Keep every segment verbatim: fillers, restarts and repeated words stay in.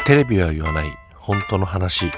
テレビは言わない本当の話。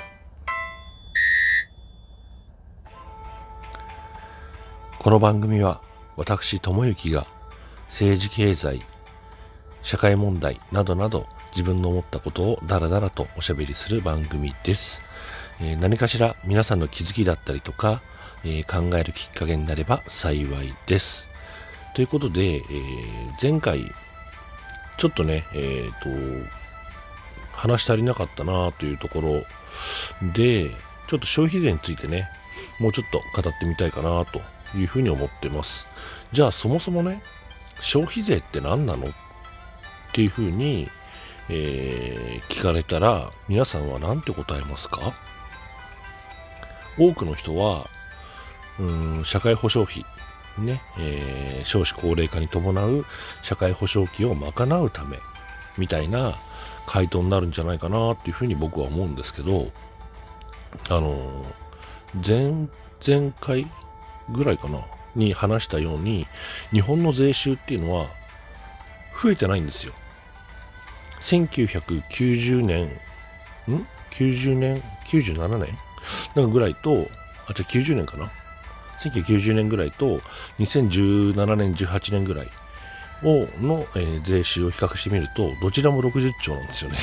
この番組は私智之が政治経済社会問題などなど自分の思ったことをダラダラとおしゃべりする番組です。えー、何かしら皆さんの気づきだったりとか、えー、考えるきっかけになれば幸いです。ということで、えー、前回ちょっとね、えーと話し足りなかったなというところで、ちょっと消費税についてね、もうちょっと語ってみたいかなというふうに思ってます。じゃあそもそもね、消費税って何なのっていうふうに、えー、聞かれたら、皆さんは何て答えますか？多くの人は、うーん、社会保障費、ね、えー、少子高齢化に伴う社会保障費を賄うため、みたいな回答になるんじゃないかなっていうふうに僕は思うんですけど、あの前前回ぐらいかなに話したように、日本の税収っていうのは増えてないんですよ。せんきゅうひゃくきゅうじゅうねんんきゅうじゅうねんきゅうじゅうななねんなんかぐらいと、あ、じゃあきゅうじゅうねんかな、せんきゅうひゃくきゅうじゅうねんぐらいとにせんじゅうななねんじゅうはちねんぐらいをの、えー、税収を比較してみると、どちらもろくじゅっちょうなんですよね。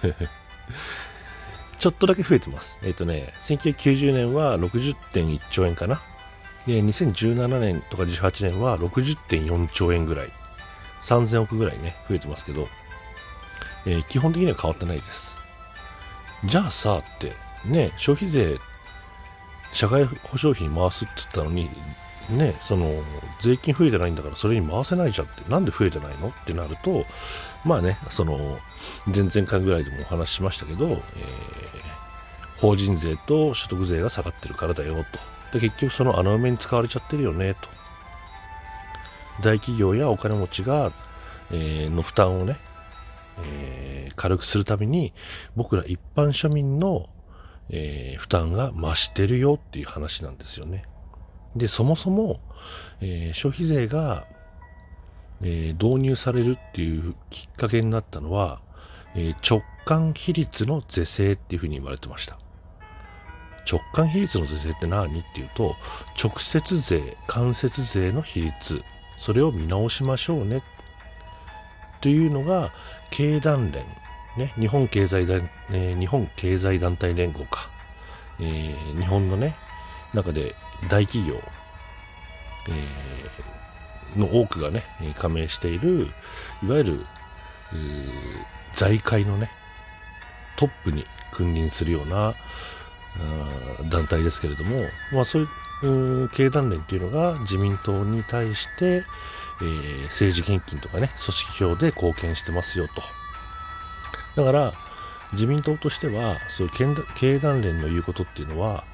ちょっとだけ増えてます。えっ、ー、とね、せんきゅうひゃくきゅうじゅうねんは ろくじゅってんいっちょうえんかな。で、にせんじゅうななねんとかじゅうはちねんは ろくじゅってんよんちょうえんぐらい。さんぜんおくぐらいね、増えてますけど、えー、基本的には変わってないです。じゃあさ、って、ね、消費税、社会保障費に回すって言ったのに、ね、その税金増えてないんだからそれに回せないじゃんって、なんで増えてないのってなると、まあね、その前々回ぐらいでもお話ししましたけど、えー、法人税と所得税が下がってるからだよと。で、結局その穴埋めに使われちゃってるよねと。大企業やお金持ちが、えー、の負担をね、えー、軽くするために僕ら一般庶民の、えー、負担が増してるよっていう話なんですよね。で、そもそも、えー、消費税が、えー、導入されるっていうきっかけになったのは、えー、直間比率の是正っていうふうに言われてました。直間比率の是正って何っていうと、直接税、間接税の比率、それを見直しましょうねというのが経団連、ね、日本経済団、えー、日本経済団体連合か、えー、日本のね中で大企業、えー、の多くがね加盟している、いわゆる、えー、財界のねトップに君臨するような団体ですけれども、まあ、そういう経団連っていうのが自民党に対して、えー、政治献金とかね組織票で貢献してますよと。だから自民党としてはそういう経団連の言うことっていうのは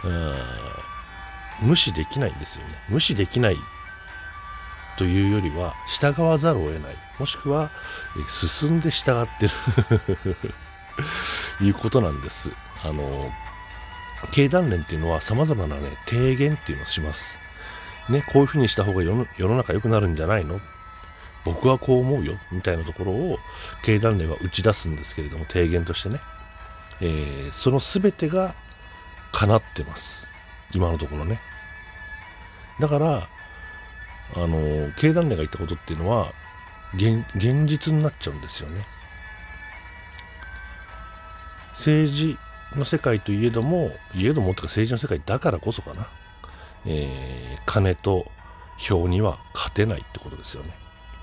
無視できないんですよね。無視できないというよりは従わざるを得ない、もしくは進んで従ってるいうことなんです。あの経団連っていうのは様々なね提言っていうのをしますね。こういうふうにした方が世の、世の中良くなるんじゃないの、僕はこう思うよみたいなところを経団連は打ち出すんですけれども、提言としてね、えー、その全てが叶ってます今のところね。だからあの経団連が言ったことっていうのは 現, 現実になっちゃうんですよね。政治の世界といえどもいえどもとか政治の世界だからこそかな、えー、金と票には勝てないってことですよね。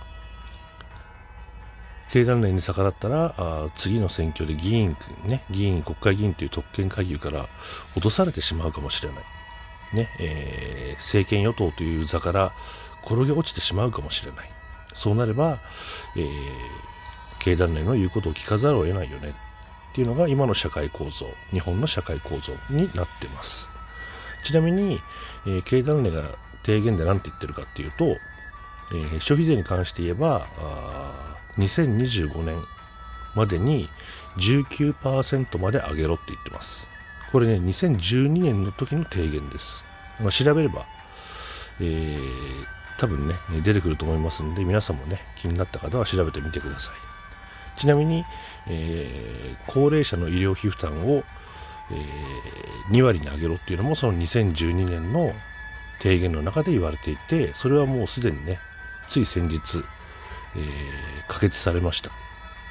経団連に逆らったらあ次の選挙で議員ね議員国会議員という特権階級から落とされてしまうかもしれないね、えー、政権与党という座から転げ落ちてしまうかもしれない。そうなれば、えー、経団連の言うことを聞かざるを得ないよねっていうのが今の社会構造、日本の社会構造になってます。ちなみに、えー、経団連が提言で何て言ってるかっていうと、えー、消費税に関して言えばにせんにじゅうごねんまでに じゅうきゅうパーセント まで上げろって言ってます。これねにせんじゅうにねんの時の提言です。まあ、調べれば、えー、多分ね出てくると思いますので、皆さんもね気になった方は調べてみてください。 ちなみに、えー、高齢者の医療費負担を、えー、に割に上げろっていうのもそのにせんじゅうにねんの提言の中で言われていて、それはもうすでにね、つい先日、えー、可決されました。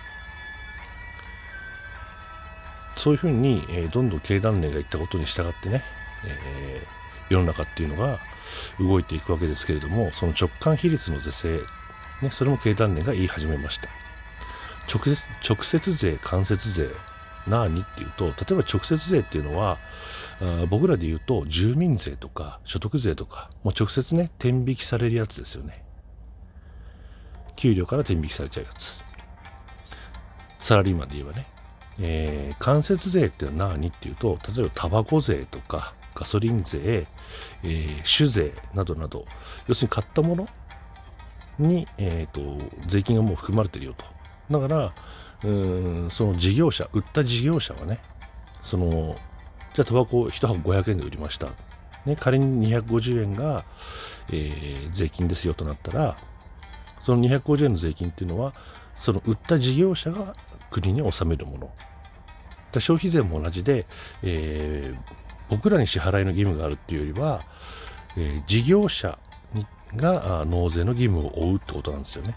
そういうふうに、えー、どんどん経団連が言ったことに従ってね、えー、世の中っていうのが動いていくわけですけれども、その直間比率の是正、ね、それも経団連が言い始めました。直接、直接税、間接税、何っていうと、例えば直接税っていうのは、あ僕らで言うと住民税とか所得税とか、もう直接ね、天引きされるやつですよね。給料から天引きされちゃうやつ。サラリーマンで言えばね。えー、間接税ってのは何っていうと、例えばタバコ税とかガソリン税、えー、酒税などなど、要するに買ったものに、えーと、税金がもう含まれてるよと。だから、うーん、その事業者、売った事業者はね、その、じゃあタバコいち箱ごひゃくえんで売りました。ね、仮ににひゃくごじゅうえんが、えー、税金ですよとなったら、そのにひゃくごじゅうえんの税金っていうのは、その売った事業者が国に納めるもの。だ消費税も同じで、えー、僕らに支払いの義務があるっていうよりは、えー、事業者にが納税の義務を負うってことなんですよね。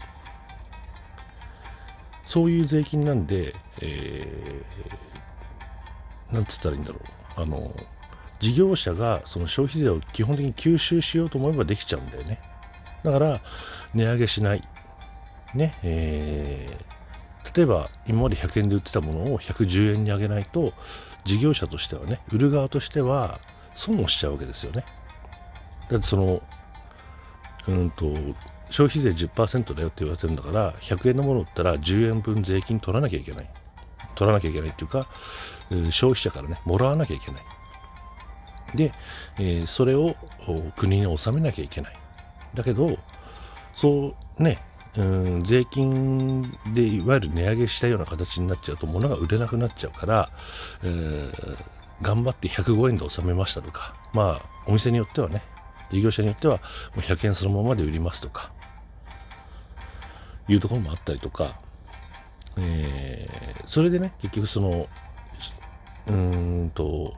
そういう税金なんで、えー、なんつったらいいんだろう。あの、事業者がその消費税を基本的に吸収しようと思えばできちゃうんだよね。だから、値上げしない。ね、えー、例えば今までひゃくえんで売ってたものをひゃくじゅうえんに上げないと、事業者としてはね、売る側としては損をしちゃうわけですよね。だってその、うんと、消費税 じゅっパーセント だよって言われてるんだから、ひゃくえんのものを売ったらじゅうえんぶん税金取らなきゃいけない。取らなきゃいけないっていうか、消費者からね、もらわなきゃいけない。で、えー、それを国に納めなきゃいけない。だけど、そうね、うん、税金でいわゆる値上げしたような形になっちゃうと物が売れなくなっちゃうから、えー、頑張ってひゃくごえんで納めましたとか、まあお店によってはね、事業者によってはもうひゃくえんそのままで売りますとかいうところもあったりとか、えー、それでね、結局そのうーんと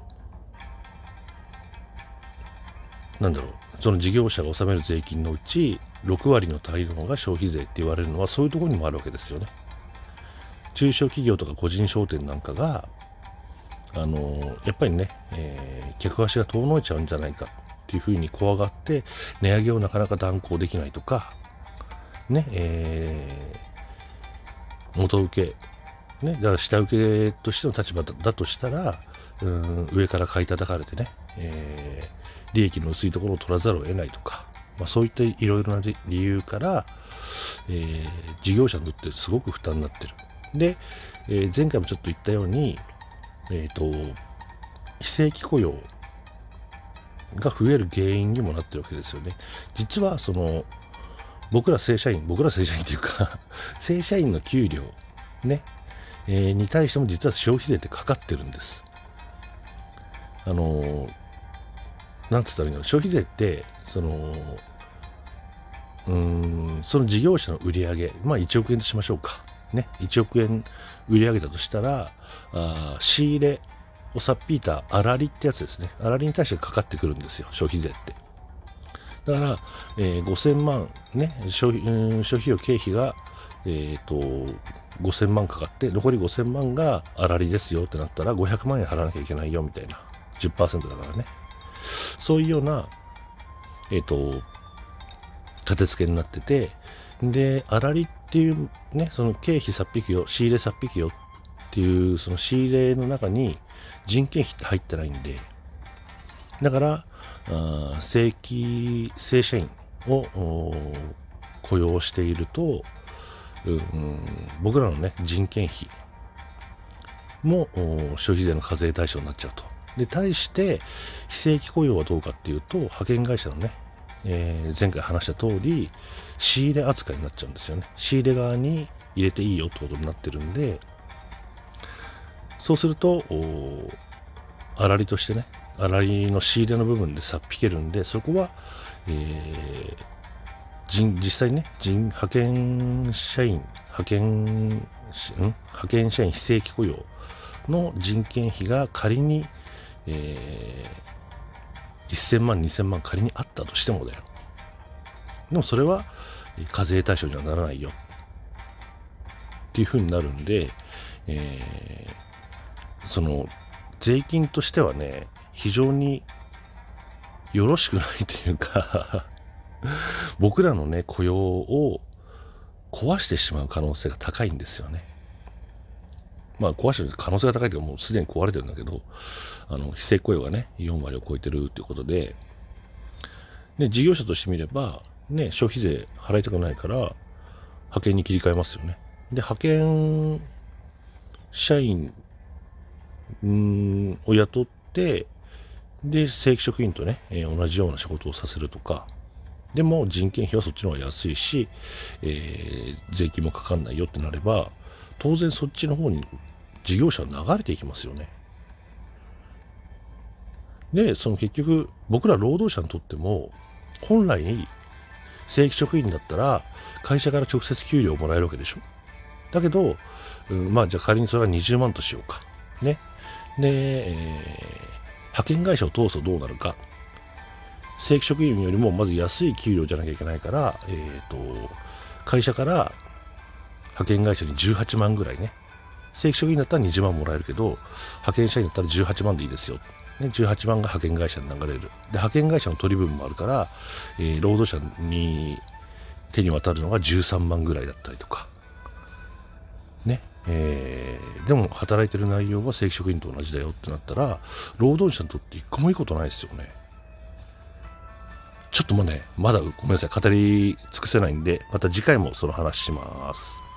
なんだろう、その事業者が納める税金のうちろく割の大量が消費税って言われるのはそういうところにもあるわけですよね。中小企業とか個人商店なんかがあのやっぱりね、えー、客足が遠のいちゃうんじゃないかっていうふうに怖がって値上げをなかなか断行できないとかね、えー、元請けね、だから下請けとしての立場 だ, だとしたら、うん上から買い叩かれてね、えー、利益の薄いところを取らざるを得ないとか、まあ、そういったいろいろな理由から、えー、事業者にとってすごく負担になってる。で、えー、前回もちょっと言ったように、えーと、非正規雇用が増える原因にもなってるわけですよね。実はその僕ら正社員、僕ら正社員っていうか正社員の給料ね、えー、に対しても実は消費税ってかかってるんです。あのー、なんつったらいいの、消費税ってそのうーんその事業者の売り上げ、まあいちおくえんとしましょうかね、いちおくえん売り上げたとしたら、あ仕入れをさっぴいた粗利ってやつですね。粗利に対してかかってくるんですよ、消費税って。だから、えー、ごせんまんね、消費、うん、消費用経費がえっとごせんまんかかって残りごせんまんが粗利ですよってなったらごひゃくまんえん払わなきゃいけないよみたいな じゅっパーセント だからね、そういうようなえっ、ー、と立て付けになってて、で粗利っていうね、その経費さっぴきよ、仕入れさっぴきよっていうその仕入れの中に人件費って入ってないんで、だからあ正規正社員を雇用していると、うん、僕らのね人件費も消費税の課税対象になっちゃうと。で対して非正規雇用はどうかっていうと、派遣会社のね、えー、前回話した通り仕入れ扱いになっちゃうんですよね。仕入れ側に入れていいよってことになってるんで、そうすると粗利としてね、粗利の仕入れの部分でさっ引けるんで、そこは、えー、人実際にね人派遣社員派遣ん派遣社員非正規雇用の人件費が仮に、えー、せんまんにせんまん仮にあったとしてもだよ。でもそれは課税対象にはならないよっていうふうになるんで、えー、その税金としてはね非常によろしくないというか僕らのね雇用を壊してしまう可能性が高いんですよね。まあ壊してる可能性が高いというかもうすでに壊れてるんだけど、あの非正規雇用がねよんわりを超えてるということで、で事業者としてみればね消費税払いたくないから派遣に切り替えますよね。で派遣社員を雇ってで正規職員とね、えー、同じような仕事をさせるとか、でも人件費はそっちの方が安いし、えー、税金もかかんないよってなれば当然そっちの方に事業者は流れていきますよね。でその結局僕ら労働者にとっても本来正規職員だったら会社から直接給料をもらえるわけでしょ。だけど、うん、まあじゃあ仮にそれがにじゅうまんとしようかね。で、えー、派遣会社を通すとどうなるか。正規職員よりもまず安い給料じゃなきゃいけないから、えーと、会社から派遣会社にじゅうはちまんぐらいね。正規職員だったらにじゅうまんもらえるけど、派遣社員だったらじゅうはちまんでいいですよ。ね、じゅうはちまんが派遣会社に流れる。で、派遣会社の取り分もあるから、えー、労働者に手に渡るのがじゅうさんまんぐらいだったりとか。ね。えー、でも働いてる内容は正規職員と同じだよってなったら、労働者にとって一個もいいことないですよね。ちょっともね、まだごめんなさい、語り尽くせないんで、また次回もその話します。